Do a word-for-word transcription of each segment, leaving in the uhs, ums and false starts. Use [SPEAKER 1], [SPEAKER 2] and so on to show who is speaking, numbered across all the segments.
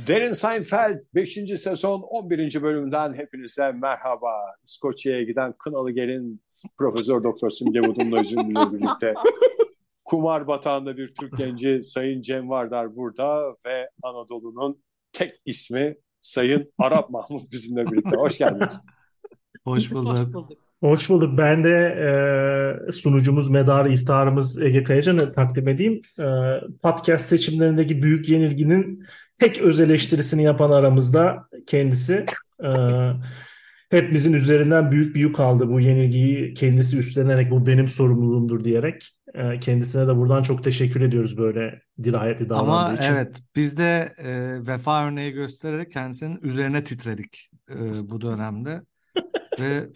[SPEAKER 1] Derin Seinfeld beşinci sezon on birinci bölümünden hepinize merhaba. İskoçya'ya giden Kınalı Gelin Profesör Doktor Simge Budun'la bizimle birlikte kumar batağında bir Türk genci Sayın Cem Vardar burada ve Anadolu'nun tek ismi Sayın Arap Mahmut bizimle birlikte. Hoş geldiniz.
[SPEAKER 2] Hoş
[SPEAKER 3] Hoş
[SPEAKER 2] bulduk.
[SPEAKER 3] bulduk.
[SPEAKER 4] Hoş bulduk. Ben de e, sunucumuz, medarı iftiharımız Ege Kayacan'ı takdim edeyim. E, podcast seçimlerindeki büyük yenilginin tek öz eleştirisini yapan aramızda kendisi. E, hepimizin üzerinden büyük bir yük aldı bu yenilgiyi kendisi üstlenerek bu benim sorumluluğumdur diyerek. E, kendisine de buradan çok teşekkür ediyoruz böyle dirayetli davrandığı
[SPEAKER 2] Ama
[SPEAKER 4] için.
[SPEAKER 2] evet biz de e, vefa örneği göstererek kendisinin üzerine titredik e, bu dönemde ve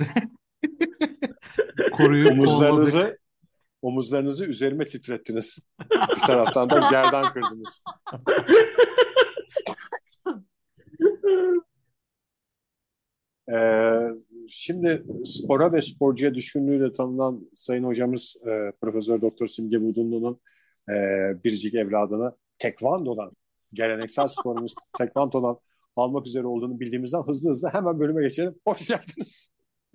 [SPEAKER 2] koruyup kolladık.
[SPEAKER 1] Omuzlarınızı omuzlarınızı üzerime titrettiniz. Bir taraftan da gerdan kırdınız. Ee, Şimdi spora ve sporcuya düşkünlüğüyle tanınan Sayın Hocamız e, Profesör Doktor Simge Budunlu'nun e, biricik evladını Tekvando'dan, geleneksel sporumuz Tekvando'dan almak üzere olduğunu bildiğimizden hızlı hızlı hemen bölüme geçelim. Hoş geldiniz.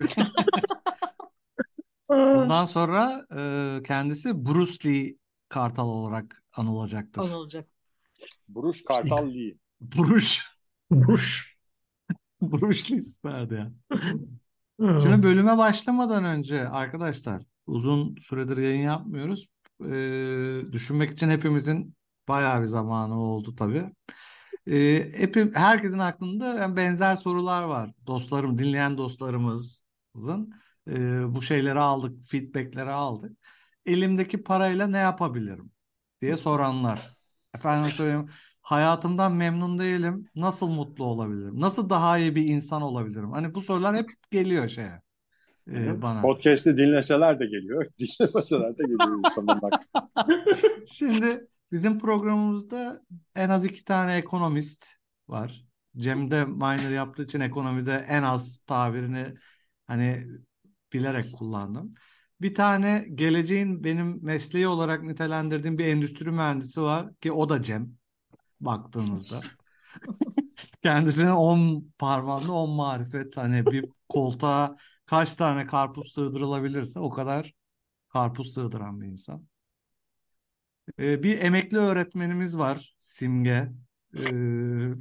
[SPEAKER 2] Bundan sonra e, kendisi Bruce Lee Kartal olarak anılacaktır.
[SPEAKER 3] Anılacak.
[SPEAKER 1] Buruş Kartal Lee.
[SPEAKER 2] Bruce,
[SPEAKER 4] Buş.
[SPEAKER 2] Bruce Lee süperdi ya. Şimdi bölüme başlamadan önce arkadaşlar uzun süredir yayın yapmıyoruz. E, düşünmek için hepimizin bayağı bir zamanı oldu tabii. Ee, hep, herkesin aklında yani benzer sorular var. Dostlarım, dinleyen dostlarımızın e, bu şeyleri aldık, feedbackleri aldık. Elimdeki parayla ne yapabilirim diye soranlar. Efendim söyleyeyim, hayatımdan memnun değilim. Nasıl mutlu olabilirim? Nasıl daha iyi bir insan olabilirim? Hani bu sorular hep geliyor şeye, e, bana.
[SPEAKER 1] Podcast'i dinleseler de geliyor, dinlemeseler de geliyor insanın bak.
[SPEAKER 2] Şimdi bizim programımızda en az iki tane ekonomist var. Cem de minor yaptığı için ekonomide en az tabirini hani bilerek kullandım. Bir tane geleceğin benim mesleği olarak nitelendirdiğim bir endüstri mühendisi var ki o da Cem baktığınızda. Kendisine on parmağında on marifet hani bir koltuğa kaç tane karpuz sığdırılabilirse o kadar karpuz sığdıran bir insan. Ee, bir emekli öğretmenimiz var Simge. Ee,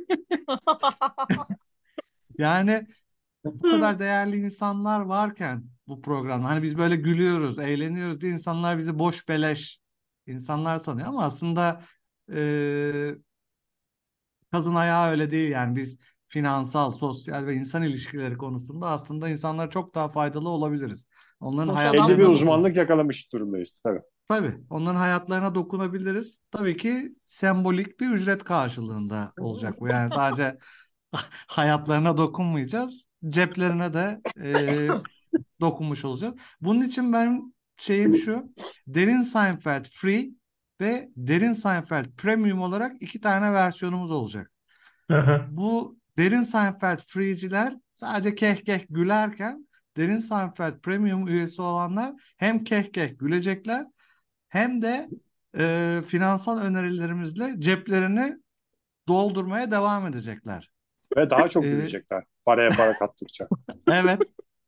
[SPEAKER 2] yani bu kadar değerli insanlar varken bu program hani biz böyle gülüyoruz, eğleniyoruz diye insanlar bizi boş beleş insanlar sanıyor ama aslında e, kazın ayağı öyle değil yani biz finansal, sosyal ve insan ilişkileri konusunda aslında insanlara çok daha faydalı olabiliriz. Onların
[SPEAKER 3] Boş adam
[SPEAKER 1] Belli bir
[SPEAKER 2] hayatlarına
[SPEAKER 3] değiliz.
[SPEAKER 2] dokun.
[SPEAKER 1] uzmanlık yakalamış durumdayız tabii.
[SPEAKER 2] Tabii onların hayatlarına dokunabiliriz. Tabii ki sembolik bir ücret karşılığında olacak bu. Yani sadece hayatlarına dokunmayacağız. Ceplerine de e, dokunmuş olacağız. Bunun için ben şeyim şu. Derin Seinfeld Free ve Derin Seinfeld Premium olarak iki tane versiyonumuz olacak.
[SPEAKER 4] Aha.
[SPEAKER 2] Bu Derin Seinfeld Free'ciler sadece keh keh gülerken Derin Seinfeld Premium üyesi olanlar hem keh keh gülecekler hem de e, finansal önerilerimizle ceplerini doldurmaya devam edecekler.
[SPEAKER 1] Ve daha çok
[SPEAKER 2] E,
[SPEAKER 1] gülecekler paraya para kattıkça.
[SPEAKER 2] evet.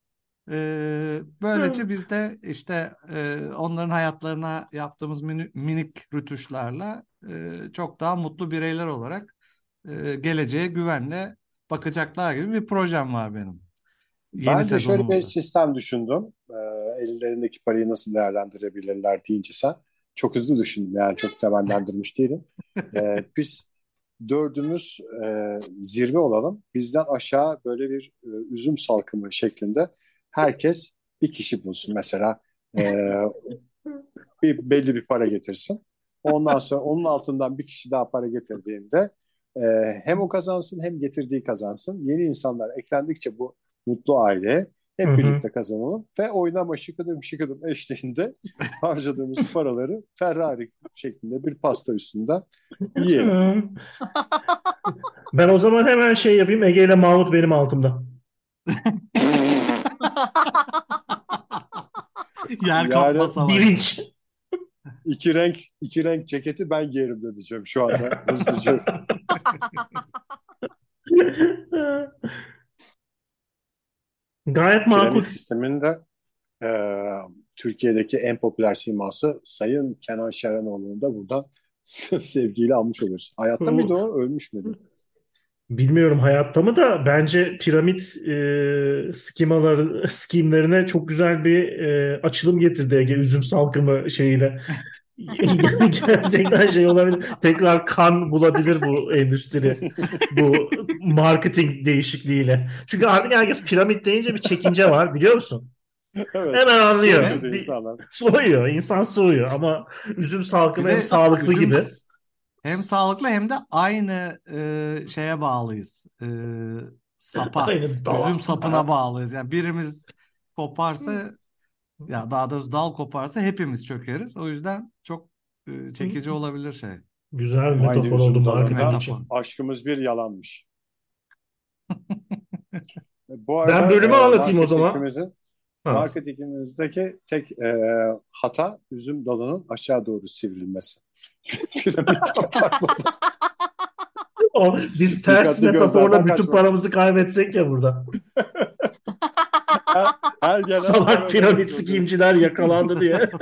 [SPEAKER 2] E, böylece biz de işte e, onların hayatlarına yaptığımız mini- minik rütuşlarla e, çok daha mutlu bireyler olarak e, geleceğe güvenle bakacaklar gibi bir projem var benim. Yeni
[SPEAKER 1] Ben de şöyle bir
[SPEAKER 2] sezonumuzda.
[SPEAKER 1] sistem düşündüm. Ee, ellerindeki parayı nasıl değerlendirebilirler deyince sen. Çok hızlı düşündüm yani çok temellendirmiş değilim. Ee, biz dördümüz e, zirve olalım. Bizden aşağı böyle bir e, üzüm salkımı şeklinde herkes bir kişi bulsun mesela. E, bir belli bir para getirsin. Ondan sonra onun altından bir kişi daha para getirdiğinde e, hem o kazansın hem getirdiği kazansın. Yeni insanlar eklendikçe bu mutlu aileye
[SPEAKER 4] Hı
[SPEAKER 1] hep
[SPEAKER 4] hı.
[SPEAKER 1] birlikte kazanalım ve oynama şıkıdım şıkıdım eşliğinde harcadığımız paraları Ferrari şeklinde bir pasta üstünde yiyelim.
[SPEAKER 4] Ben o zaman hemen şey yapayım. Ege ile Mahmut benim altımda.
[SPEAKER 2] Yer kapma
[SPEAKER 1] Yani
[SPEAKER 2] savaşı.
[SPEAKER 4] Bilinç.
[SPEAKER 1] iki renk iki renk ceketi ben giyerim de diyeceğim şu anda hızlıca.
[SPEAKER 4] Gayet makul.
[SPEAKER 1] Piramit sisteminde e, Türkiye'deki en popüler siması Sayın Kenan Şerenoğlu'nu da buradan sevgiyle almış oluruz. Hayatta mıydı o? Ölmüş müydü?
[SPEAKER 4] Bilmiyorum hayatta mı da bence piramit e, skemaları, skimlerine çok güzel bir e, açılım getirdi Ege üzüm salkımı şeyiyle. Gerçekten şey olabilir. Tekrar kan bulabilir bu endüstri. Bu marketing değişikliğiyle. Çünkü artık herkes piramit deyince bir çekince var biliyor musun?
[SPEAKER 1] Evet.
[SPEAKER 4] Hemen anlıyor.
[SPEAKER 1] Soğuyor
[SPEAKER 4] Bir,
[SPEAKER 1] insanlar.
[SPEAKER 4] soğuyor. İnsan soğuyor ama üzüm
[SPEAKER 2] Bir
[SPEAKER 4] salkımı hem
[SPEAKER 2] de
[SPEAKER 4] sağlıklı
[SPEAKER 2] üzüm
[SPEAKER 4] gibi.
[SPEAKER 2] hem sağlıklı hem de aynı e, şeye bağlıyız. E, sapa.
[SPEAKER 4] Aynı dala.
[SPEAKER 2] Üzüm sapına bağlıyız. Yani birimiz koparsa, ya daha doğrusu dal koparsa hepimiz çökeriz. O yüzden çok e, çekici olabilir şey.
[SPEAKER 4] Güzel bir
[SPEAKER 1] Aynı
[SPEAKER 4] metafor oldu
[SPEAKER 1] üzüm
[SPEAKER 4] marketing
[SPEAKER 1] dalında
[SPEAKER 2] Metafor.
[SPEAKER 4] için.
[SPEAKER 1] aşkımız bir yalanmış. Bu
[SPEAKER 4] Ben
[SPEAKER 1] arada
[SPEAKER 4] bölümü
[SPEAKER 1] e,
[SPEAKER 4] anlatayım o zaman.
[SPEAKER 1] marketingimizin
[SPEAKER 4] Ha.
[SPEAKER 1] marketingimizdeki tek e, hata üzüm dalının aşağı doğru sivrilmesi. Piramitten farklı.
[SPEAKER 4] O, biz ters
[SPEAKER 1] Dikkatli
[SPEAKER 4] metaforla
[SPEAKER 1] gözlerden
[SPEAKER 4] bütün
[SPEAKER 1] kaçmak için.
[SPEAKER 4] paramızı kaybetsek ya burada.
[SPEAKER 1] Her, her gelen
[SPEAKER 4] Salak
[SPEAKER 1] evet,
[SPEAKER 4] piramit
[SPEAKER 1] evet, gördünüz.
[SPEAKER 4] skimciler yakalandı diye.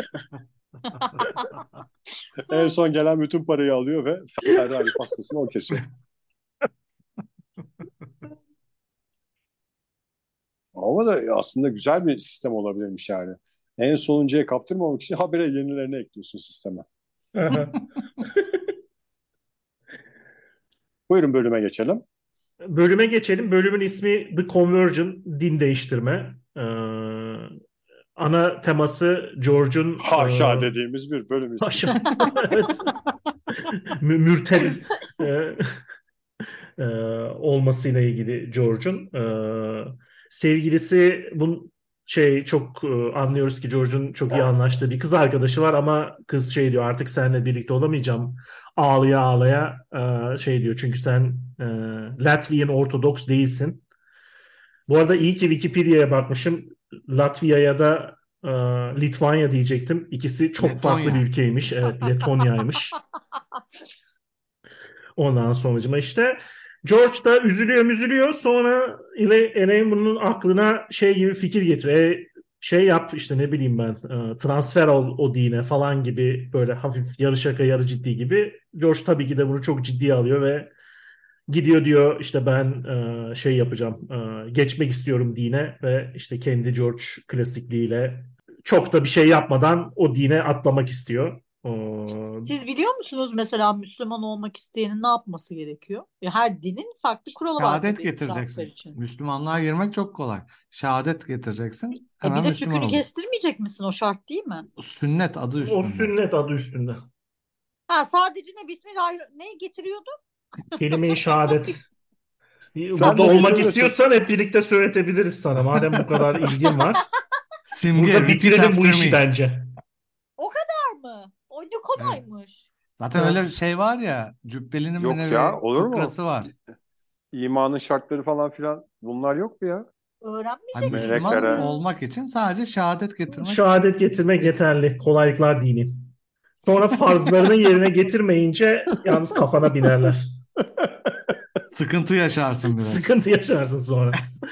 [SPEAKER 1] En son gelen bütün parayı alıyor ve Ferrari pastasını o kesiyor. Ama da aslında güzel bir sistem olabilirmiş yani. En sonuncuya kaptırmamak için habire yenilerini ekliyorsun sisteme. Buyurun bölüme geçelim.
[SPEAKER 4] Bölüme geçelim. Bölümün ismi The Conversion, din değiştirme. Ee, ana teması George'un
[SPEAKER 1] Haşa
[SPEAKER 4] e,
[SPEAKER 1] dediğimiz bir bölüm ismi.
[SPEAKER 4] Haşa. Evet. Mü- Mürted e, e, olmasıyla ilgili George'un. E, sevgilisi bunun şey çok e, anlıyoruz ki George'un çok iyi anlaştığı bir kız arkadaşı var ama kız şey diyor artık seninle birlikte olamayacağım. Ağlaya ağlaya e, şey diyor çünkü sen e, Latvian Ortodoks değilsin. Bu arada iyi ki Wikipedia'ya bakmışım. Latvia'ya da e, Litvanya diyecektim. İkisi çok farklı bir
[SPEAKER 2] Letonya.
[SPEAKER 4] ülkeymiş. Evet, Letonya'ymış. Ondan sonucuma işte George da üzülüyor üzülüyor sonra Elaine bunun aklına şey gibi fikir getiriyor. E, şey yap işte ne bileyim ben e, transfer ol o dine falan gibi böyle hafif yarı şaka yarı ciddi gibi. George tabii ki de bunu çok ciddiye alıyor ve gidiyor diyor işte ben e, şey yapacağım e, geçmek istiyorum dine ve işte kendi George klasikliğiyle çok da bir şey yapmadan o dine atlamak istiyor. O,
[SPEAKER 3] Siz biliyor musunuz mesela Müslüman olmak isteyenin ne yapması gerekiyor? Ya her dinin farklı kuralı var
[SPEAKER 2] Şehadet
[SPEAKER 3] tabii transfer
[SPEAKER 2] getireceksin.
[SPEAKER 3] için.
[SPEAKER 2] Müslümanlığa girmek çok kolay. Şehadet getireceksin.
[SPEAKER 3] E bir
[SPEAKER 2] Hemen
[SPEAKER 3] de
[SPEAKER 2] Müslüman
[SPEAKER 3] tükünü
[SPEAKER 2] oluyorsun.
[SPEAKER 3] kestirmeyecek misin? O şart değil mi?
[SPEAKER 2] Sünnet adı
[SPEAKER 4] o
[SPEAKER 2] üstünde.
[SPEAKER 4] sünnet adı üstünde.
[SPEAKER 3] Ha sadece ne Bismillah ne getiriyordu?
[SPEAKER 4] Kelime-i şehadet.
[SPEAKER 1] Sen
[SPEAKER 4] Burada
[SPEAKER 1] de
[SPEAKER 4] olmak
[SPEAKER 1] getiriyorsun.
[SPEAKER 4] istiyorsan hep birlikte söyletebiliriz sana. Madem bu kadar ilgin var.
[SPEAKER 2] Simge,
[SPEAKER 4] Burada
[SPEAKER 2] repeat
[SPEAKER 4] bitirelim bu
[SPEAKER 2] after
[SPEAKER 4] işi
[SPEAKER 2] me.
[SPEAKER 4] bence.
[SPEAKER 3] O kadar mı? O ne
[SPEAKER 2] Evet.
[SPEAKER 3] kolaymış.
[SPEAKER 2] Zaten
[SPEAKER 4] Ha.
[SPEAKER 2] öyle bir şey var ya, Cübbeli'nin mi
[SPEAKER 1] Yok
[SPEAKER 2] ne
[SPEAKER 1] ya,
[SPEAKER 2] bir
[SPEAKER 1] olur mu?
[SPEAKER 2] fıkrası var.
[SPEAKER 1] İmanın şartları falan filan bunlar yok mu ya?
[SPEAKER 2] Hani
[SPEAKER 3] Öğrenmeyecek misin
[SPEAKER 2] Müslüman
[SPEAKER 1] Meleklere.
[SPEAKER 3] onu ya.
[SPEAKER 2] olmak için sadece şehadet getirmek
[SPEAKER 4] Şehadet getirmek yeterli. Kolaylıklar dini. Sonra farzlarını yerine getirmeyince yalnız kafana binerler.
[SPEAKER 2] sıkıntı yaşarsın biraz.
[SPEAKER 4] Sıkıntı yaşarsın sonra.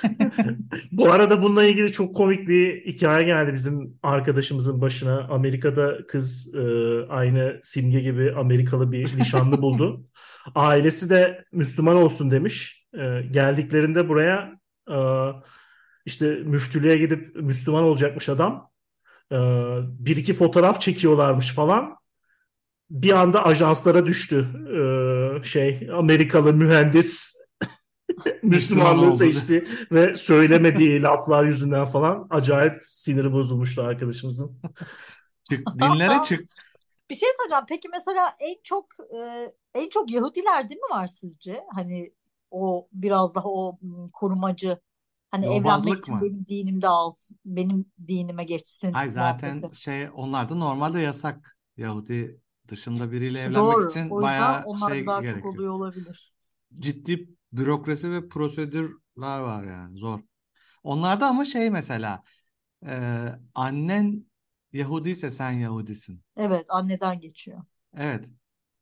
[SPEAKER 4] Bu arada bununla ilgili çok komik bir hikaye geldi bizim arkadaşımızın başına. Amerika'da kız e, aynı Simge gibi Amerikalı bir nişanlı buldu. Ailesi de Müslüman olsun demiş. E, geldiklerinde buraya e, işte müftülüğe gidip Müslüman olacakmış adam. E, bir iki fotoğraf çekiyorlarmış falan. Bir anda ajanslara düştü. E, şey Amerikalı mühendis
[SPEAKER 2] Müslüman
[SPEAKER 4] Müslümanlığı
[SPEAKER 2] oldu.
[SPEAKER 4] seçti ve söylemediği laflar yüzünden falan acayip siniri bozulmuştu arkadaşımızın.
[SPEAKER 2] Çık, dinlere çık.
[SPEAKER 3] Bir şey soracağım. Peki mesela en çok e, en çok Yahudiler değil mi var sizce? Hani o biraz daha o m, korumacı. Hani evlenmek
[SPEAKER 2] Yobazlık
[SPEAKER 3] için
[SPEAKER 2] mı?
[SPEAKER 3] benim dinimde alsın, benim dinime geçsin
[SPEAKER 2] Ay zaten
[SPEAKER 3] muhabbeti.
[SPEAKER 2] şey onlar da normalde yasak. Yahudi dışında biriyle
[SPEAKER 3] İşte
[SPEAKER 2] evlenmek
[SPEAKER 3] doğru.
[SPEAKER 2] için
[SPEAKER 3] O yüzden
[SPEAKER 2] bayağı
[SPEAKER 3] onlar
[SPEAKER 2] şey
[SPEAKER 3] daha çok
[SPEAKER 2] gerekiyor.
[SPEAKER 3] oluyor olabilir.
[SPEAKER 2] Ciddi bürokrasi ve prosedürler var yani zor. Onlarda ama şey mesela e, annen Yahudiyse sen Yahudisin.
[SPEAKER 3] Evet, anneden geçiyor.
[SPEAKER 2] Evet.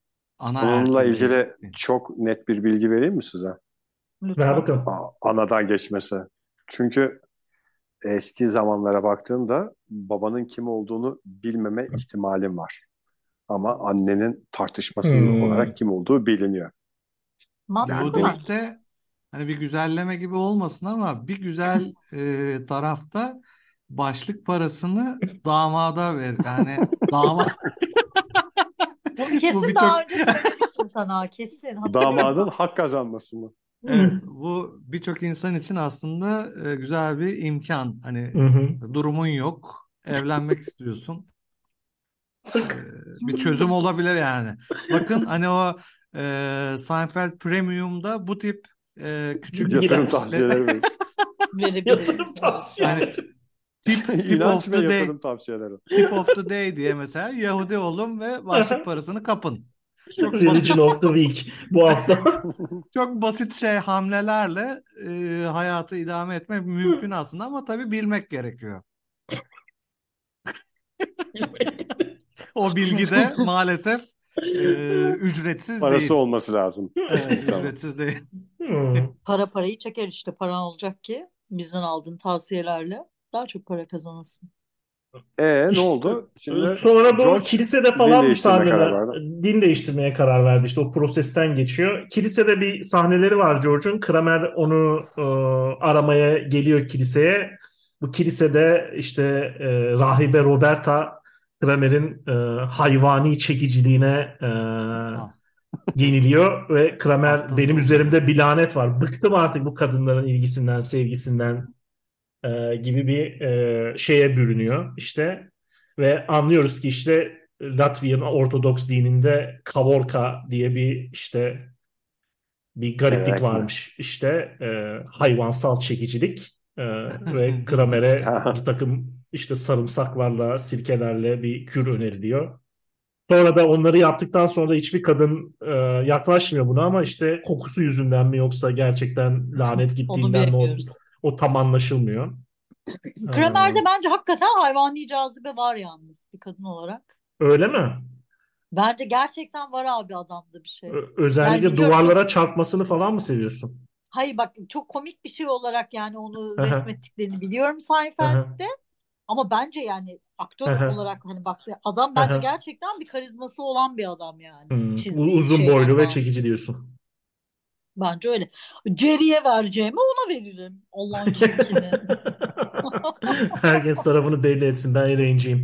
[SPEAKER 2] ana
[SPEAKER 1] Bununla
[SPEAKER 2] erkilliği.
[SPEAKER 1] ilgili çok net bir bilgi vereyim mi size?
[SPEAKER 4] Ver
[SPEAKER 3] Lütfen.
[SPEAKER 4] bakalım.
[SPEAKER 1] A- Anadan geçmesi. Çünkü eski zamanlara baktığımda babanın kim olduğunu bilmeme ihtimalim var. Ama annenin tartışmasız
[SPEAKER 4] Hmm.
[SPEAKER 1] olarak kim olduğu biliniyor.
[SPEAKER 3] Mantıklı
[SPEAKER 2] Yahudilik
[SPEAKER 3] bence.
[SPEAKER 2] de hani bir güzelleme gibi olmasın ama bir güzel e, tarafta başlık parasını damada ver. Yani damat
[SPEAKER 3] Bunu
[SPEAKER 2] bu
[SPEAKER 3] kesin
[SPEAKER 2] birçok
[SPEAKER 3] daha önce söylemiştin sana. Kesin hatırlıyorum.
[SPEAKER 1] Damadın hak kazanması mı?
[SPEAKER 2] evet bu birçok insan için aslında e, güzel bir imkan. Hani
[SPEAKER 4] Hı hı.
[SPEAKER 2] durumun yok, evlenmek istiyorsun. E,
[SPEAKER 4] Tık.
[SPEAKER 2] bir çözüm olabilir yani. Bakın hani o e, Seinfeld Premium'da bu tip e, küçük
[SPEAKER 1] Yatırım
[SPEAKER 4] Bilgiler.
[SPEAKER 1] tavsiyeleri verin.
[SPEAKER 3] Verebiliriz.
[SPEAKER 4] Yatırım
[SPEAKER 3] Evet.
[SPEAKER 4] tavsiyeleri.
[SPEAKER 2] yani tip tip
[SPEAKER 1] İnanç
[SPEAKER 2] of
[SPEAKER 1] ve
[SPEAKER 2] the day
[SPEAKER 1] yatırım tavsiyeleri.
[SPEAKER 2] tip of the day diye mesela Yahudi olun ve başlık parasını kapın. Çok basit
[SPEAKER 4] Religion of the Week bu hafta.
[SPEAKER 2] çok basit şey hamlelerle e, hayatı idame etmek mümkün aslında ama tabii bilmek gerekiyor. O bilgi de maalesef e, ücretsiz
[SPEAKER 1] Parası
[SPEAKER 2] değil.
[SPEAKER 1] olması lazım
[SPEAKER 2] Evet,
[SPEAKER 1] insanın.
[SPEAKER 2] ücretsiz değil.
[SPEAKER 4] Hmm.
[SPEAKER 3] Para parayı çeker işte. Paran olacak ki bizden aldığın tavsiyelerle daha çok para kazanırsın.
[SPEAKER 1] E ne
[SPEAKER 4] İşte
[SPEAKER 1] oldu? Şimdi
[SPEAKER 4] sonra bu
[SPEAKER 1] George
[SPEAKER 4] kilisede
[SPEAKER 1] din
[SPEAKER 4] falan
[SPEAKER 1] değiştirme karar
[SPEAKER 4] sahneler,
[SPEAKER 1] verdi.
[SPEAKER 4] din değiştirmeye karar verdi. İşte o prosesten geçiyor. Kilisede bir sahneleri var George'un. Kramer onu e, aramaya geliyor kiliseye. Bu kilisede işte e, rahibe Roberta Kramer'in e, hayvani çekiciliğine e,
[SPEAKER 2] Ah,
[SPEAKER 4] yeniliyor ve Kramer
[SPEAKER 2] hastası
[SPEAKER 4] benim
[SPEAKER 2] oluyor.
[SPEAKER 4] üzerimde bir lanet var. Bıktım artık bu kadınların ilgisinden, sevgisinden e, gibi bir e, şeye bürünüyor işte ve anlıyoruz ki işte Latvian Ortodoks dininde Kavorka diye bir işte bir gariplik
[SPEAKER 1] Gelenek mi?
[SPEAKER 4] varmış işte e, hayvansal çekicilik e, ve Kramer'e bir takım işte sarımsaklarla sirkelerle bir kür öneriliyor. Sonra da onları yaptıktan sonra da hiçbir kadın e, yaklaşmıyor buna ama işte kokusu yüzünden mi yoksa gerçekten lanet
[SPEAKER 3] Onu
[SPEAKER 4] gittiğinden mi o,
[SPEAKER 3] bilemiyoruz.
[SPEAKER 4] o tam anlaşılmıyor. E,
[SPEAKER 3] Kramer'de bence hakikaten hayvani cazibe var yalnız bir kadın olarak.
[SPEAKER 4] öyle mi?
[SPEAKER 3] Bence gerçekten var abi adamda bir şey.
[SPEAKER 4] Ö-
[SPEAKER 3] Yani
[SPEAKER 4] özellikle
[SPEAKER 3] biliyorum çok
[SPEAKER 4] duvarlara çarpmasını falan mı seviyorsun?
[SPEAKER 3] hayır bak çok komik bir şey olarak yani onu
[SPEAKER 4] Aha,
[SPEAKER 3] resmettiklerini biliyorum
[SPEAKER 4] aha,
[SPEAKER 3] Seinfeld'de ama bence yani aktör
[SPEAKER 4] aha,
[SPEAKER 3] olarak hani bak adam bence
[SPEAKER 4] aha.
[SPEAKER 3] gerçekten bir karizması olan bir adam yani
[SPEAKER 4] Hmm, u-
[SPEAKER 3] çizdiği
[SPEAKER 4] uzun
[SPEAKER 3] şeyden
[SPEAKER 4] boylu ve
[SPEAKER 3] bağımsız.
[SPEAKER 4] çekici diyorsun.
[SPEAKER 3] Bence öyle. Jerry'e vereceğimi ona veririm. Allah'ın çirkini.
[SPEAKER 4] Herkes tarafını belli etsin. Ben eğlenceyim.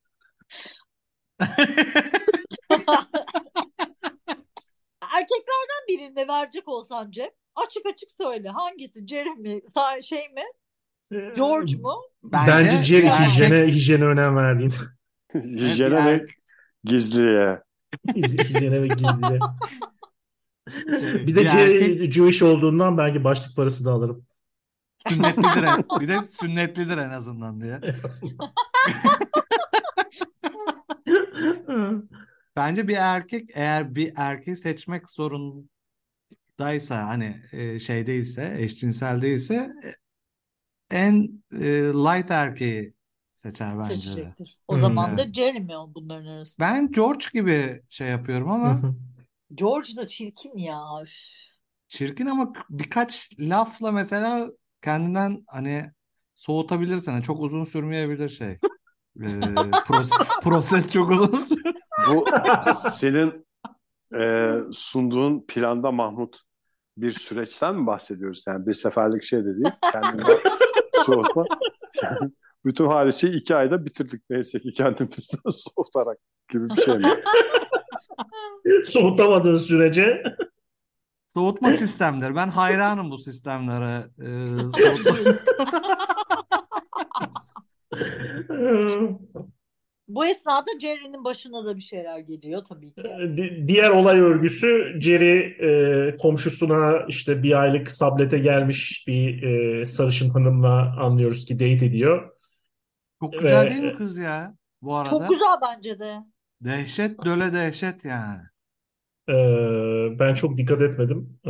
[SPEAKER 3] Erkeklerden birine verecek olsan Cem, açık açık söyle. Hangisi? Jerry mi? Sa- şey mi? George mu?
[SPEAKER 4] Bence
[SPEAKER 2] Bence bir
[SPEAKER 4] Jerry hijyene,
[SPEAKER 2] erkek
[SPEAKER 4] hijyene önem verdiğin.
[SPEAKER 2] evet, bir
[SPEAKER 1] Hijyene ve
[SPEAKER 2] erkek
[SPEAKER 1] gizliliğe.
[SPEAKER 4] Hijyene ve gizli. Bir
[SPEAKER 2] şey, bir
[SPEAKER 4] de
[SPEAKER 2] erkek
[SPEAKER 4] Jerry Jewish olduğundan belki başlık parası da alırım.
[SPEAKER 2] sünnetlidir en, bir de sünnetlidir en azından diye.
[SPEAKER 4] Aslında.
[SPEAKER 2] Bence bir erkek eğer bir erkeği seçmek zorundaysa hani e, şey değilse eşcinsel değilse e, en e, light erkeği seçer bence de.
[SPEAKER 3] Seçecektir. O zaman
[SPEAKER 4] Hmm.
[SPEAKER 2] Evet.
[SPEAKER 3] da Jerry mi o bunların arasında?
[SPEAKER 2] Ben George gibi şey yapıyorum
[SPEAKER 4] Hı
[SPEAKER 2] ama
[SPEAKER 4] hı.
[SPEAKER 3] George da çirkin ya. Üf.
[SPEAKER 2] çirkin ama birkaç lafla mesela kendinden hani soğutabilirsin. Yani çok uzun sürmeyebilir şey. E, proses, proses çok uzun sürüyor.
[SPEAKER 1] Bu senin e, sunduğun planda Mahmut bir süreçten mi bahsediyoruz? Yani bir seferlik şey de değil. Kendinden soğutma. Yani bütün hadiseyi iki ayda bitirdik neyse ki kendimizi soğutarak gibi bir şey mi?
[SPEAKER 4] Soğutamadığın sürece.
[SPEAKER 2] Soğutma sistemleri. Ben hayranım bu sistemlere. E, soğutma
[SPEAKER 3] Bu esnada Jerry'nin başına da bir şeyler geliyor tabii ki.
[SPEAKER 4] Di- Diğer olay örgüsü Jerry e, komşusuna işte bir aylık sablete gelmiş bir e, sarışın hanımla anlıyoruz ki date ediyor.
[SPEAKER 2] Çok
[SPEAKER 4] Ve
[SPEAKER 2] güzel değil mi kız ya bu
[SPEAKER 3] Çok
[SPEAKER 2] arada?
[SPEAKER 3] güzel bence de.
[SPEAKER 2] Dehşet döle dehşet yani.
[SPEAKER 4] e, ben çok dikkat etmedim.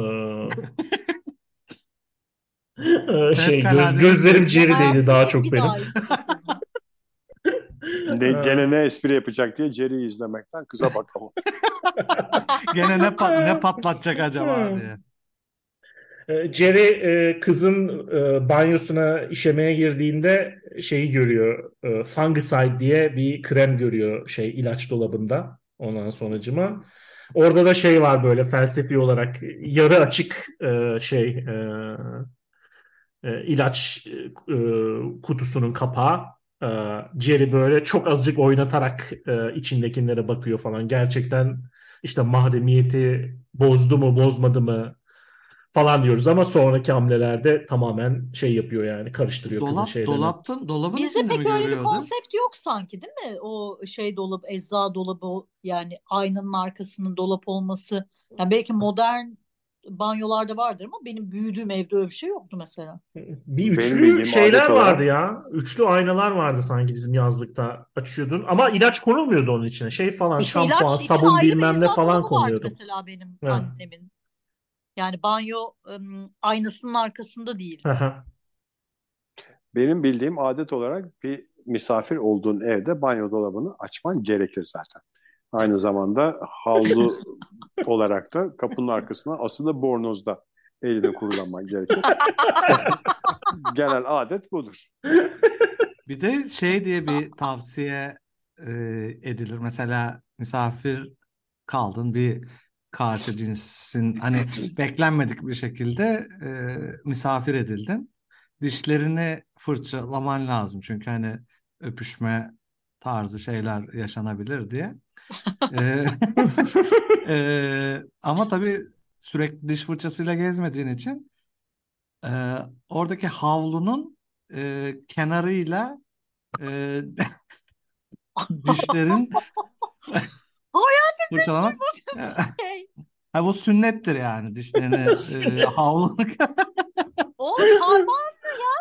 [SPEAKER 4] E, şey göz
[SPEAKER 2] Fevkalade ince.
[SPEAKER 4] gözlerim
[SPEAKER 3] Ya
[SPEAKER 4] Jerry'deydi daha
[SPEAKER 3] hayatında
[SPEAKER 4] çok
[SPEAKER 3] bir
[SPEAKER 4] benim.
[SPEAKER 3] daha izleyecek onu.
[SPEAKER 1] Ne, gene ne espri yapacak diye Jerry'i izlemekten kıza bakamadım.
[SPEAKER 2] Gene ne pat ne patlatacak acaba
[SPEAKER 4] Hmm.
[SPEAKER 2] diye.
[SPEAKER 4] E, Jerry e, kızın e, banyosuna işemeye girdiğinde şeyi görüyor. E, Fungicide diye bir krem görüyor şey ilaç dolabında. Ondan sonracıma. Orada da şey var böyle felsefi olarak yarı açık e, şey e, e, ilaç e, kutusunun kapağı. E, Jerry böyle çok azıcık oynatarak e, içindekilere bakıyor falan. Gerçekten işte mahremiyeti bozdu mu bozmadı mı falan diyoruz ama sonraki hamlelerde tamamen şey yapıyor yani karıştırıyor kızın
[SPEAKER 2] Dolap
[SPEAKER 4] şeylerini.
[SPEAKER 2] dolaptın dolabın
[SPEAKER 3] Bizde
[SPEAKER 2] içinde mi
[SPEAKER 3] pek öyle bir
[SPEAKER 2] görüyordu?
[SPEAKER 3] konsept yok sanki, değil mi? O şey dolabı, ecza dolabı, o yani aynanın arkasının dolap olması. Yani belki modern banyolarda vardır ama benim büyüdüğüm evde öyle bir şey yoktu mesela.
[SPEAKER 4] Bir
[SPEAKER 1] Benim
[SPEAKER 4] üçlü
[SPEAKER 1] bildiğim
[SPEAKER 4] şeyler
[SPEAKER 1] adet
[SPEAKER 4] vardı
[SPEAKER 1] olarak
[SPEAKER 4] ya. Üçlü aynalar vardı sanki bizim yazlıkta açıyordun. Ama ilaç konulmuyordu onun içine. Şey falan
[SPEAKER 3] İşte
[SPEAKER 4] şampuan,
[SPEAKER 3] ilaç için
[SPEAKER 4] sabun
[SPEAKER 3] ayrı bir
[SPEAKER 4] bilmem ne
[SPEAKER 3] ecza
[SPEAKER 4] falan
[SPEAKER 3] dolabı vardı
[SPEAKER 4] konuluyordu.
[SPEAKER 3] mesela benim
[SPEAKER 4] Evet.
[SPEAKER 3] annemin. Yani banyo ım, aynasının arkasında değildi.
[SPEAKER 4] Aha.
[SPEAKER 1] benim bildiğim adet olarak bir misafir olduğun evde banyo dolabını açman gerekir zaten. Aynı zamanda havlu olarak da kapının arkasına asılı bornozda elini kullanman gerekir. Genel adet budur.
[SPEAKER 2] Bir de şey diye bir tavsiye e, edilir. Mesela misafir kaldın, bir karşı cinsin hani beklenmedik bir şekilde e, misafir edildin. Dişlerini fırçalaman lazım çünkü hani öpüşme tarzı şeyler yaşanabilir diye. E, e, ama tabii sürekli diş fırçasıyla gezmediğin için e, oradaki havlunun e, kenarıyla e, dişlerin
[SPEAKER 3] Hayat
[SPEAKER 2] fırçalamak.
[SPEAKER 3] bir şey.
[SPEAKER 2] Ha, bu sünnettir yani dişlerini e,
[SPEAKER 4] Sünnet.
[SPEAKER 2] havluluk.
[SPEAKER 3] Oğlum parmağın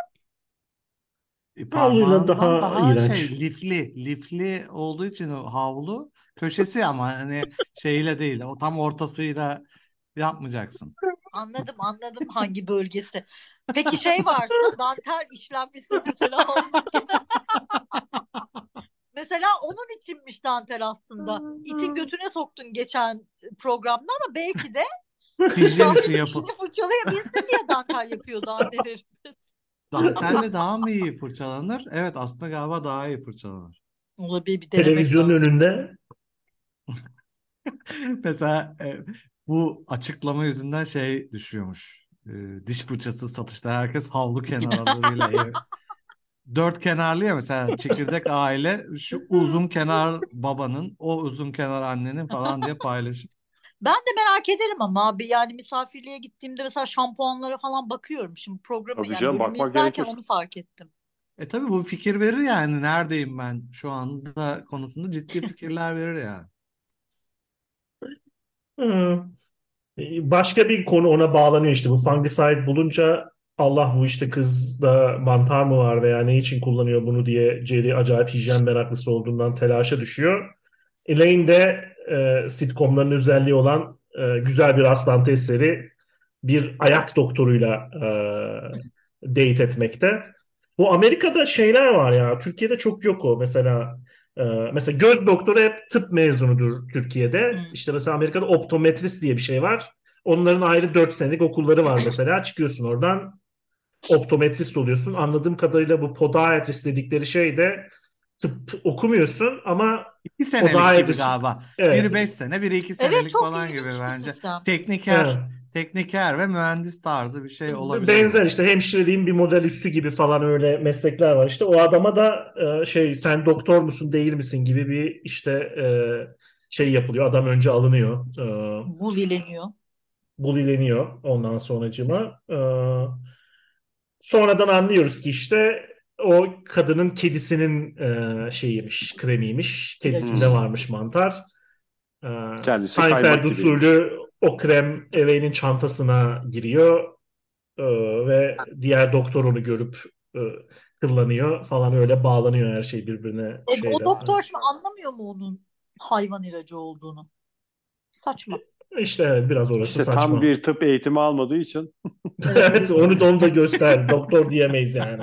[SPEAKER 2] E,
[SPEAKER 4] Havluyla
[SPEAKER 2] parmağından
[SPEAKER 4] daha
[SPEAKER 2] daha
[SPEAKER 4] iğrenç.
[SPEAKER 2] şey lifli lifli olduğu için o havlu köşesi ama hani şeyle değil o tam ortasıyla yapmayacaksın.
[SPEAKER 3] anladım anladım hangi bölgesi. Peki şey varsa, dantel işlenmişse mesela havlunun kenarı. Mesela onun içinmiş dantel aslında. İtin götüne soktun geçen programda ama belki de
[SPEAKER 2] Hijyen için
[SPEAKER 3] misafir
[SPEAKER 2] yapı.
[SPEAKER 3] dişini fırçalayabilsin diye dantel yapıyordu annelerimiz.
[SPEAKER 2] Dantelle daha mı iyi fırçalanır? Evet aslında galiba daha iyi fırçalanır.
[SPEAKER 3] Olabilir, bir denemek
[SPEAKER 4] Televizyonun
[SPEAKER 3] lazım.
[SPEAKER 4] önünde
[SPEAKER 2] Mesela e, bu açıklama yüzünden şey düşüyormuş. E, diş fırçası satışta herkes havlu kenarlarıyla ev. Dört kenarlı ya mesela çekirdek aile şu uzun kenar babanın, o uzun kenar annenin falan diye paylaşım.
[SPEAKER 3] Ben de merak ederim ama abi, yani misafirliğe gittiğimde mesela şampuanlara falan bakıyorum. Şimdi programı,
[SPEAKER 1] Tabii
[SPEAKER 3] yani
[SPEAKER 1] canım,
[SPEAKER 3] bölümü
[SPEAKER 1] bakmak
[SPEAKER 3] izlerken
[SPEAKER 1] gerekir.
[SPEAKER 3] onu fark ettim.
[SPEAKER 2] E tabii bu fikir verir yani neredeyim ben şu anda konusunda ciddi fikirler verir yani.
[SPEAKER 4] hı, başka bir konu ona bağlanıyor işte bu fungicide bulunca Allah bu işte kızda mantar mı var veya ne için kullanıyor bunu diye Jerry acayip hijyen meraklısı olduğundan telaşa düşüyor. Elaine de e, sitcomların özelliği olan e, güzel bir rastlantı eseri bir ayak doktoruyla e, date etmekte. Bu Amerika'da şeyler var ya Türkiye'de çok yok o mesela. e, mesela göz doktoru hep tıp mezunudur Türkiye'de.
[SPEAKER 3] Hmm.
[SPEAKER 4] İşte mesela Amerika'da optometrist diye bir şey var. Onların ayrı dört senelik okulları var mesela. Çıkıyorsun oradan optometrist oluyorsun. Anladığım kadarıyla bu podiatrist dedikleri şey de tıp okumuyorsun ama
[SPEAKER 2] İki senelik gibi
[SPEAKER 4] podiatrist
[SPEAKER 2] galiba. Biri
[SPEAKER 4] evet,
[SPEAKER 2] beş sene, biri iki
[SPEAKER 3] Evet,
[SPEAKER 2] senelik
[SPEAKER 3] çok
[SPEAKER 2] falan gibi
[SPEAKER 3] ilginç bir
[SPEAKER 2] bence.
[SPEAKER 3] sistem.
[SPEAKER 2] Tekniker,
[SPEAKER 4] evet.
[SPEAKER 2] tekniker ve mühendis tarzı bir şey olabilir bu.
[SPEAKER 4] Benzer işte hemşireliğin bir model üstü gibi falan öyle meslekler var işte. O adama da e, şey sen doktor musun değil misin gibi bir işte e, şey yapılıyor. Adam önce alınıyor. E,
[SPEAKER 3] Bulileniyor.
[SPEAKER 4] bulileniyor ondan sonracıma. E, sonradan anlıyoruz ki işte o kadının kedisinin e, şeyiymiş, kremiymiş. Kedisinde
[SPEAKER 3] İlacıymış.
[SPEAKER 1] Hmm.
[SPEAKER 4] varmış mantar. E,
[SPEAKER 1] Kendisi
[SPEAKER 4] Seinfeld
[SPEAKER 1] kaymak gibiymiş.
[SPEAKER 4] usulü o krem Elaine'in çantasına giriyor. Ee, ve diğer doktor onu görüp e, kıllanıyor falan öyle bağlanıyor her şey birbirine
[SPEAKER 3] E, o
[SPEAKER 4] şeyle.
[SPEAKER 3] doktor şimdi anlamıyor mu onun hayvan ilacı olduğunu? Saçma.
[SPEAKER 4] İşte evet biraz orası
[SPEAKER 1] İşte tam
[SPEAKER 4] saçma.
[SPEAKER 1] bir tıp eğitimi almadığı için.
[SPEAKER 3] Evet.
[SPEAKER 4] Evet onu da onu da göster. Doktor diyemeyiz yani.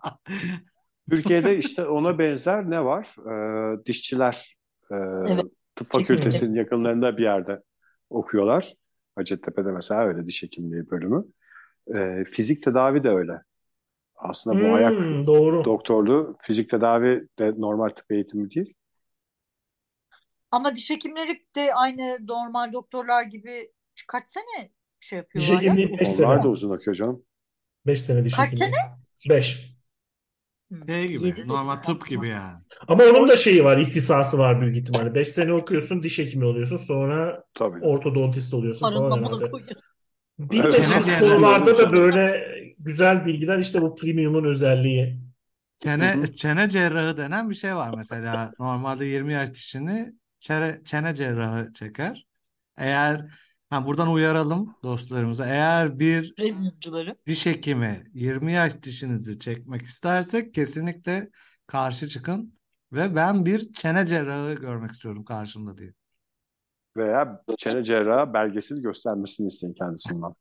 [SPEAKER 1] Türkiye'de işte ona benzer ne var? Ee, dişçiler e,
[SPEAKER 3] Evet.
[SPEAKER 1] tıp
[SPEAKER 3] Çekimleri.
[SPEAKER 1] fakültesinin yakınlarında bir yerde okuyorlar. Hacettepe'de mesela öyle diş hekimliği bölümü. Ee, fizik tedavi de öyle. Aslında bu ayak
[SPEAKER 4] Hmm, doğru.
[SPEAKER 1] doktorluğu, fizik tedavi de normal tıp eğitimi değil.
[SPEAKER 3] Ama diş hekimleri de aynı normal doktorlar gibi kaç sene şey
[SPEAKER 4] Diş
[SPEAKER 3] yapıyorlar ya?
[SPEAKER 4] hekimliği beş
[SPEAKER 3] Uzun
[SPEAKER 1] Onlar da
[SPEAKER 4] sene.
[SPEAKER 3] zaman.
[SPEAKER 1] uzun akıyor canım.
[SPEAKER 4] beş sene diş
[SPEAKER 3] Kaç sene?
[SPEAKER 4] hekimliği. beş.
[SPEAKER 3] Hmm.
[SPEAKER 2] Şey gibi,
[SPEAKER 3] Yedi dedin
[SPEAKER 2] normal
[SPEAKER 3] sen.
[SPEAKER 2] tıp gibi yani.
[SPEAKER 4] Ama onun
[SPEAKER 3] O
[SPEAKER 4] da şeyi var, ihtisası var büyük ihtimalle. beş sene okuyorsun, diş hekimi oluyorsun. Sonra
[SPEAKER 1] Tabii.
[SPEAKER 4] ortodontist oluyorsun
[SPEAKER 3] karın
[SPEAKER 4] falan
[SPEAKER 3] namına
[SPEAKER 4] herhalde.
[SPEAKER 3] koyuyor.
[SPEAKER 1] Evet,
[SPEAKER 2] Çene
[SPEAKER 4] Bilmediğimiz
[SPEAKER 1] aslında
[SPEAKER 2] cerrahı.
[SPEAKER 1] öyle bir
[SPEAKER 4] konularda
[SPEAKER 1] şey.
[SPEAKER 4] da böyle güzel bilgiler işte bu premium'un özelliği.
[SPEAKER 1] Hı
[SPEAKER 2] Çene,
[SPEAKER 1] hı.
[SPEAKER 2] çene cerrahı denen bir şey var mesela. Normalde yirmi yaş dişini çene, çene cerrahı çeker. Eğer ha, buradan uyaralım dostlarımıza. Eğer bir
[SPEAKER 3] Premiumcuları.
[SPEAKER 2] diş hekimi yirmi yaş dişinizi çekmek istersek kesinlikle karşı çıkın. Ve ben bir çene cerrahı görmek istiyorum karşımda diye.
[SPEAKER 1] Veya çene cerrahı belgesini göstermesini isteyin kendisinden.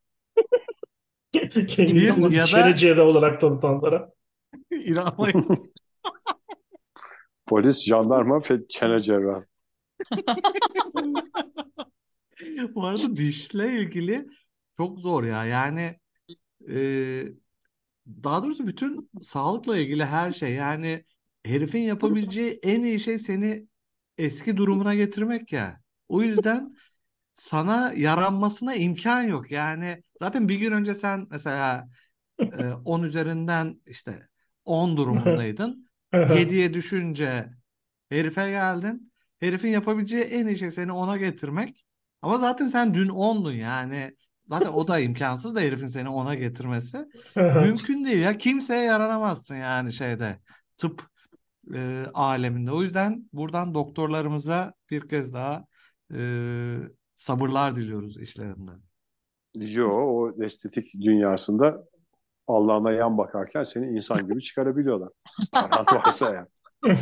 [SPEAKER 2] Bir
[SPEAKER 4] Kendisini
[SPEAKER 2] ya
[SPEAKER 4] çene
[SPEAKER 2] da
[SPEAKER 4] cerrahı olarak tanıtanlara.
[SPEAKER 2] inanmayın.
[SPEAKER 1] Polis, jandarma ve çene cerrahı.
[SPEAKER 2] Bu arada dişle ilgili çok zor ya. Yani e, daha doğrusu bütün sağlıkla ilgili her şey. Yani herifin yapabileceği en iyi şey seni eski durumuna getirmek ya. O yüzden sana yaranmasına imkan yok. Yani zaten bir gün önce sen mesela e, on üzerinden işte on durumundaydın. yediye düşünce herife geldin. Herifin yapabileceği en iyi şey seni ona getirmek. Ama zaten sen dün ondun yani. Zaten o da imkansız da herifin seni ona getirmesi. Mümkün değil ya. Kimseye yaranamazsın yani şeyde. Tıp e, aleminde. O yüzden buradan doktorlarımıza bir kez daha e, sabırlar diliyoruz işlerinde.
[SPEAKER 1] Yo, o estetik dünyasında Allah'ına yan bakarken seni insan gibi çıkarabiliyorlar. Paran varsa yani.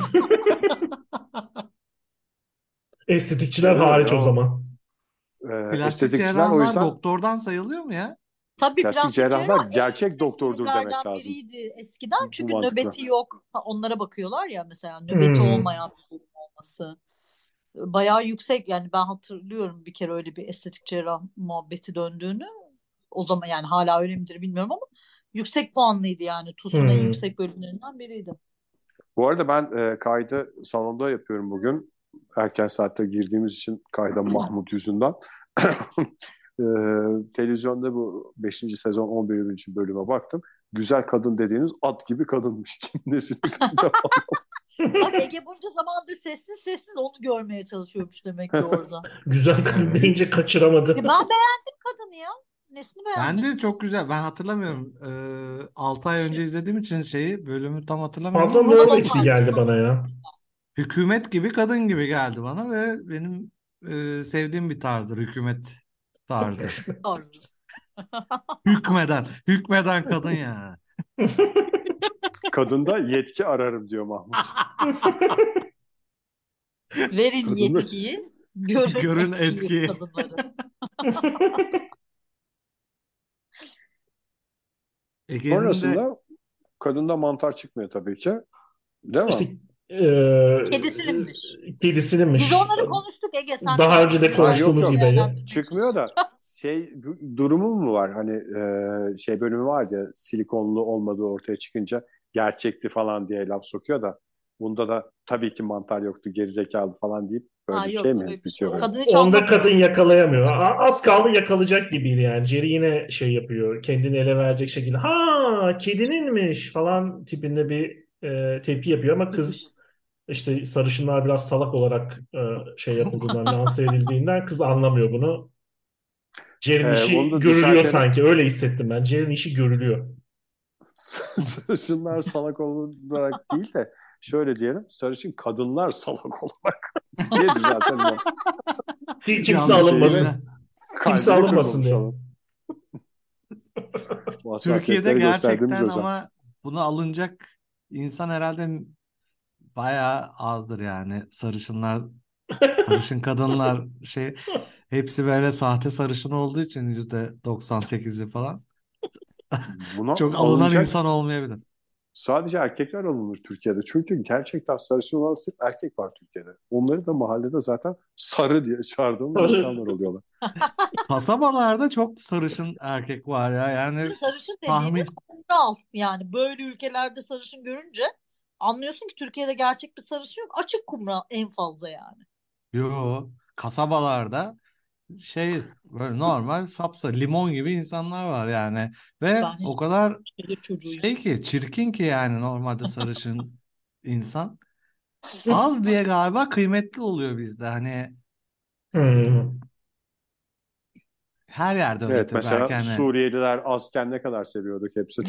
[SPEAKER 4] Estetikçiler
[SPEAKER 1] Öyle öyle
[SPEAKER 4] hariç o
[SPEAKER 1] o.
[SPEAKER 4] zaman.
[SPEAKER 1] Ee,
[SPEAKER 2] Plastik
[SPEAKER 1] estetikçiler o
[SPEAKER 2] cerrahlar
[SPEAKER 1] yüzden
[SPEAKER 2] doktordan sayılıyor mu ya?
[SPEAKER 3] Tabii
[SPEAKER 1] plastik
[SPEAKER 3] plastik
[SPEAKER 1] cerrahlar
[SPEAKER 3] cerrah en
[SPEAKER 1] gerçek
[SPEAKER 3] önemli
[SPEAKER 1] doktordur demek
[SPEAKER 3] ürünlerden
[SPEAKER 1] lazım.
[SPEAKER 3] biriydi eskiden.
[SPEAKER 1] Bu
[SPEAKER 3] Çünkü
[SPEAKER 1] mantıkla.
[SPEAKER 3] nöbeti yok. Ha, onlara bakıyorlar ya mesela nöbeti
[SPEAKER 4] Hmm.
[SPEAKER 3] olmayan bir durum olması. Bayağı yüksek yani ben hatırlıyorum bir kere öyle bir estetik cerrah muhabbeti döndüğünü. O zaman yani hala öyle midir bilmiyorum ama yüksek puanlıydı yani. TUS'un en
[SPEAKER 4] Hmm.
[SPEAKER 3] yüksek bölümlerinden biriydi.
[SPEAKER 1] Bu arada ben e, kaydı salonda yapıyorum bugün. Erken saatte girdiğimiz için kayda Mahmut yüzünden. E, televizyonda bu beşinci sezon on birinci bölüme baktım. Güzel kadın dediğiniz at gibi kadınmış. Nesini kayda
[SPEAKER 3] Bak Ege bunca zamandır sessiz sessiz onu görmeye çalışıyormuş demek ki orada.
[SPEAKER 4] Güzel kadın
[SPEAKER 2] Evet.
[SPEAKER 4] deyince kaçıramadı.
[SPEAKER 3] E ben beğendim kadını ya. Nesini
[SPEAKER 2] Ben de
[SPEAKER 3] beğenmedin?
[SPEAKER 2] çok güzel. Ben hatırlamıyorum. Ee, altı ay önce izlediğim için şeyi bölümü tam hatırlamıyorum
[SPEAKER 4] Fazla
[SPEAKER 2] ama
[SPEAKER 4] Norveçli
[SPEAKER 3] Anormal.
[SPEAKER 4] geldi bana ya.
[SPEAKER 2] hükümet gibi kadın gibi geldi bana ve benim e, sevdiğim bir tarzdır hükümet tarzı.
[SPEAKER 3] Tarzı.
[SPEAKER 2] Hükmeden, hükmeden kadın yani.
[SPEAKER 1] Kadında yetki ararım diyor Mahmut.
[SPEAKER 3] Verin
[SPEAKER 1] Kadında
[SPEAKER 3] yetkiyi, görün
[SPEAKER 2] Görün
[SPEAKER 3] etkiyi
[SPEAKER 2] etkiyi.
[SPEAKER 3] kadınları.
[SPEAKER 2] Ege'nin de
[SPEAKER 1] sonrasında kadında mantar çıkmıyor tabii ki. Değil mi?
[SPEAKER 4] İşte eee
[SPEAKER 3] Kedisininmiş. Biz
[SPEAKER 4] kedisininmiş.
[SPEAKER 3] onları konuştuk Ege. Sen
[SPEAKER 4] Daha önce de
[SPEAKER 3] beğenmedin.
[SPEAKER 1] Ha,
[SPEAKER 3] Şimdi
[SPEAKER 1] yok
[SPEAKER 4] konuştuğumuz
[SPEAKER 3] bizi
[SPEAKER 1] yok.
[SPEAKER 4] gibi Ege.
[SPEAKER 3] değerlendirmeye
[SPEAKER 1] Çıkmıyor da
[SPEAKER 3] çalışırken.
[SPEAKER 1] şey bu- durumu mu var? Hani e, şey bölümü var ya silikonlu olmadığı ortaya çıkınca gerçekti falan diye laf sokuyor da bunda da tabii ki mantar yoktu gerizekalı falan deyip
[SPEAKER 3] Ha
[SPEAKER 1] böyle şey
[SPEAKER 3] yok
[SPEAKER 1] mi
[SPEAKER 3] öyle bir şey
[SPEAKER 1] bitiyor
[SPEAKER 3] yok.
[SPEAKER 1] böyle?
[SPEAKER 3] Kadın hiç
[SPEAKER 4] Onda kadın
[SPEAKER 3] anlamıyor.
[SPEAKER 4] yakalayamıyor. A- Az kaldı yakalayacak gibiydi yani. Jerry yine şey yapıyor. Kendini ele verecek şekilde. Ha kedininmiş falan tipinde bir e, tepki yapıyor ama kız işte sarışınlar biraz salak olarak e, şey yapıldığından, lanse edildiğinden kız anlamıyor bunu. Jerry'nin
[SPEAKER 1] E, onu
[SPEAKER 4] işi
[SPEAKER 1] da
[SPEAKER 4] görülüyor
[SPEAKER 1] düşerken
[SPEAKER 4] sanki. Öyle hissettim ben. Jerry'nin işi görülüyor.
[SPEAKER 1] sarışınlar salak olarak değil de şöyle diyelim sarışın kadınlar salak olarak diye düzeltelim.
[SPEAKER 4] Ki kimse
[SPEAKER 2] yanlış
[SPEAKER 1] Şeyine
[SPEAKER 2] cümle.
[SPEAKER 4] alınmasın. Kimse
[SPEAKER 1] kalbini
[SPEAKER 4] alınmasın
[SPEAKER 1] kırmamış
[SPEAKER 4] diye.
[SPEAKER 1] olalım. Bu
[SPEAKER 2] Türkiye'de
[SPEAKER 1] hassasiyetleri gösterdiğimiz
[SPEAKER 2] gerçekten
[SPEAKER 1] özen.
[SPEAKER 2] ama buna alınacak insan herhalde bayağı azdır yani. Sarışınlar, sarışın kadınlar şey hepsi böyle sahte sarışın olduğu için yüzde doksan sekizi falan.
[SPEAKER 1] Buna
[SPEAKER 2] Çok alınan
[SPEAKER 1] alınacak
[SPEAKER 2] insan olmayabilir.
[SPEAKER 1] Sadece erkekler alınır Türkiye'de. Çünkü gerçekten sarışın olan sırf erkek var Türkiye'de. Onları da mahallede zaten sarı diye çağırdığımız
[SPEAKER 4] Sarı.
[SPEAKER 1] insanlar oluyorlar.
[SPEAKER 2] Kasabalarda çok sarışın erkek var ya. Yani
[SPEAKER 3] Sarışın
[SPEAKER 2] tahmin
[SPEAKER 3] dediğimiz kumral. Yani böyle ülkelerde sarışın görünce anlıyorsun ki Türkiye'de gerçek bir sarışın yok. Açık kumral en fazla yani.
[SPEAKER 2] yo kasabalarda şey böyle normal sapsa limon gibi insanlar var yani. Ve
[SPEAKER 3] Ben
[SPEAKER 2] o
[SPEAKER 3] hiç
[SPEAKER 2] kadar
[SPEAKER 3] şehir çocuğuyum.
[SPEAKER 2] şey ki çirkin ki yani normalde sarışın insan. Az diye galiba kıymetli oluyor bizde. Hani
[SPEAKER 4] Hmm.
[SPEAKER 2] her yerde
[SPEAKER 1] Evet,
[SPEAKER 2] öyledir belki
[SPEAKER 1] mesela
[SPEAKER 2] hani.
[SPEAKER 1] Suriyeliler azken ne kadar seviyorduk hepsini.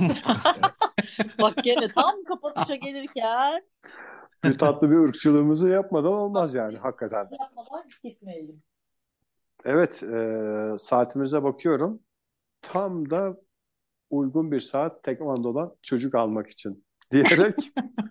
[SPEAKER 3] Bak gene tam kapanışa gelirken
[SPEAKER 1] Bir tatlı bir ırkçılığımızı yapmadan olmaz
[SPEAKER 3] tatlı
[SPEAKER 1] yani
[SPEAKER 3] bir
[SPEAKER 1] hakikaten.
[SPEAKER 3] yapmadan gitmeyelim.
[SPEAKER 1] Evet, e, saatimize bakıyorum. Tam da uygun bir saat tekvandodan çocuk almak için diyerek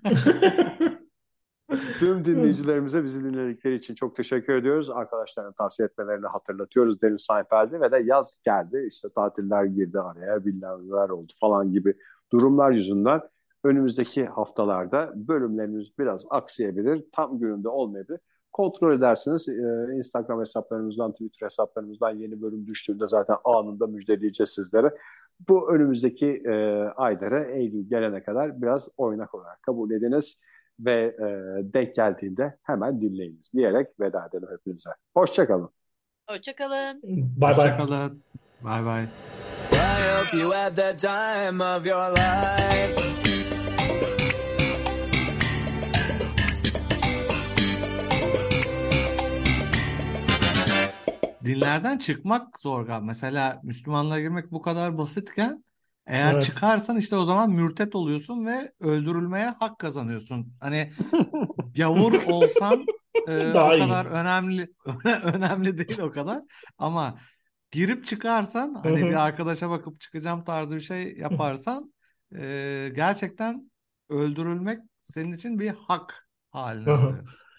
[SPEAKER 1] tüm dinleyicilerimize bizi dinledikleri için çok teşekkür ediyoruz. Arkadaşlarına tavsiye etmelerini hatırlatıyoruz. Deniz Seinfeld'i ve de yaz geldi. İşte tatiller girdi araya, billahiler oldu falan gibi durumlar yüzünden önümüzdeki haftalarda bölümlerimiz biraz aksayabilir. Tam gününde olmayabilir. Kontrol edersiniz. Ee, Instagram hesaplarımızdan, Twitter hesaplarımızdan yeni bölüm düştüğünde zaten anında müjdeleyeceğiz sizlere. Bu önümüzdeki e, aylara, Eylül gelene kadar biraz oynak olarak kabul ediniz ve e, denk geldiğinde hemen dinleyiniz diyerek veda edelim hepinize. Hoşçakalın.
[SPEAKER 3] Hoşçakalın.
[SPEAKER 4] Bye bye.
[SPEAKER 2] Hoşçakalın. Bay bay.
[SPEAKER 5] I hope you had the time of your life.
[SPEAKER 2] Dinlerden çıkmak zor galiba. Mesela Müslümanlığa girmek bu kadar basitken eğer
[SPEAKER 4] Evet.
[SPEAKER 2] çıkarsan işte o zaman mürtet oluyorsun ve öldürülmeye hak kazanıyorsun. Hani gavur olsan e, o
[SPEAKER 4] Daha iyi.
[SPEAKER 2] kadar önemli önemli değil o kadar. Ama girip çıkarsan
[SPEAKER 4] Hı
[SPEAKER 2] hani
[SPEAKER 4] hı.
[SPEAKER 2] bir arkadaşa bakıp çıkacağım tarzı bir şey yaparsan e, gerçekten öldürülmek senin için bir hak haline
[SPEAKER 4] Hı hı.
[SPEAKER 2] alıyor.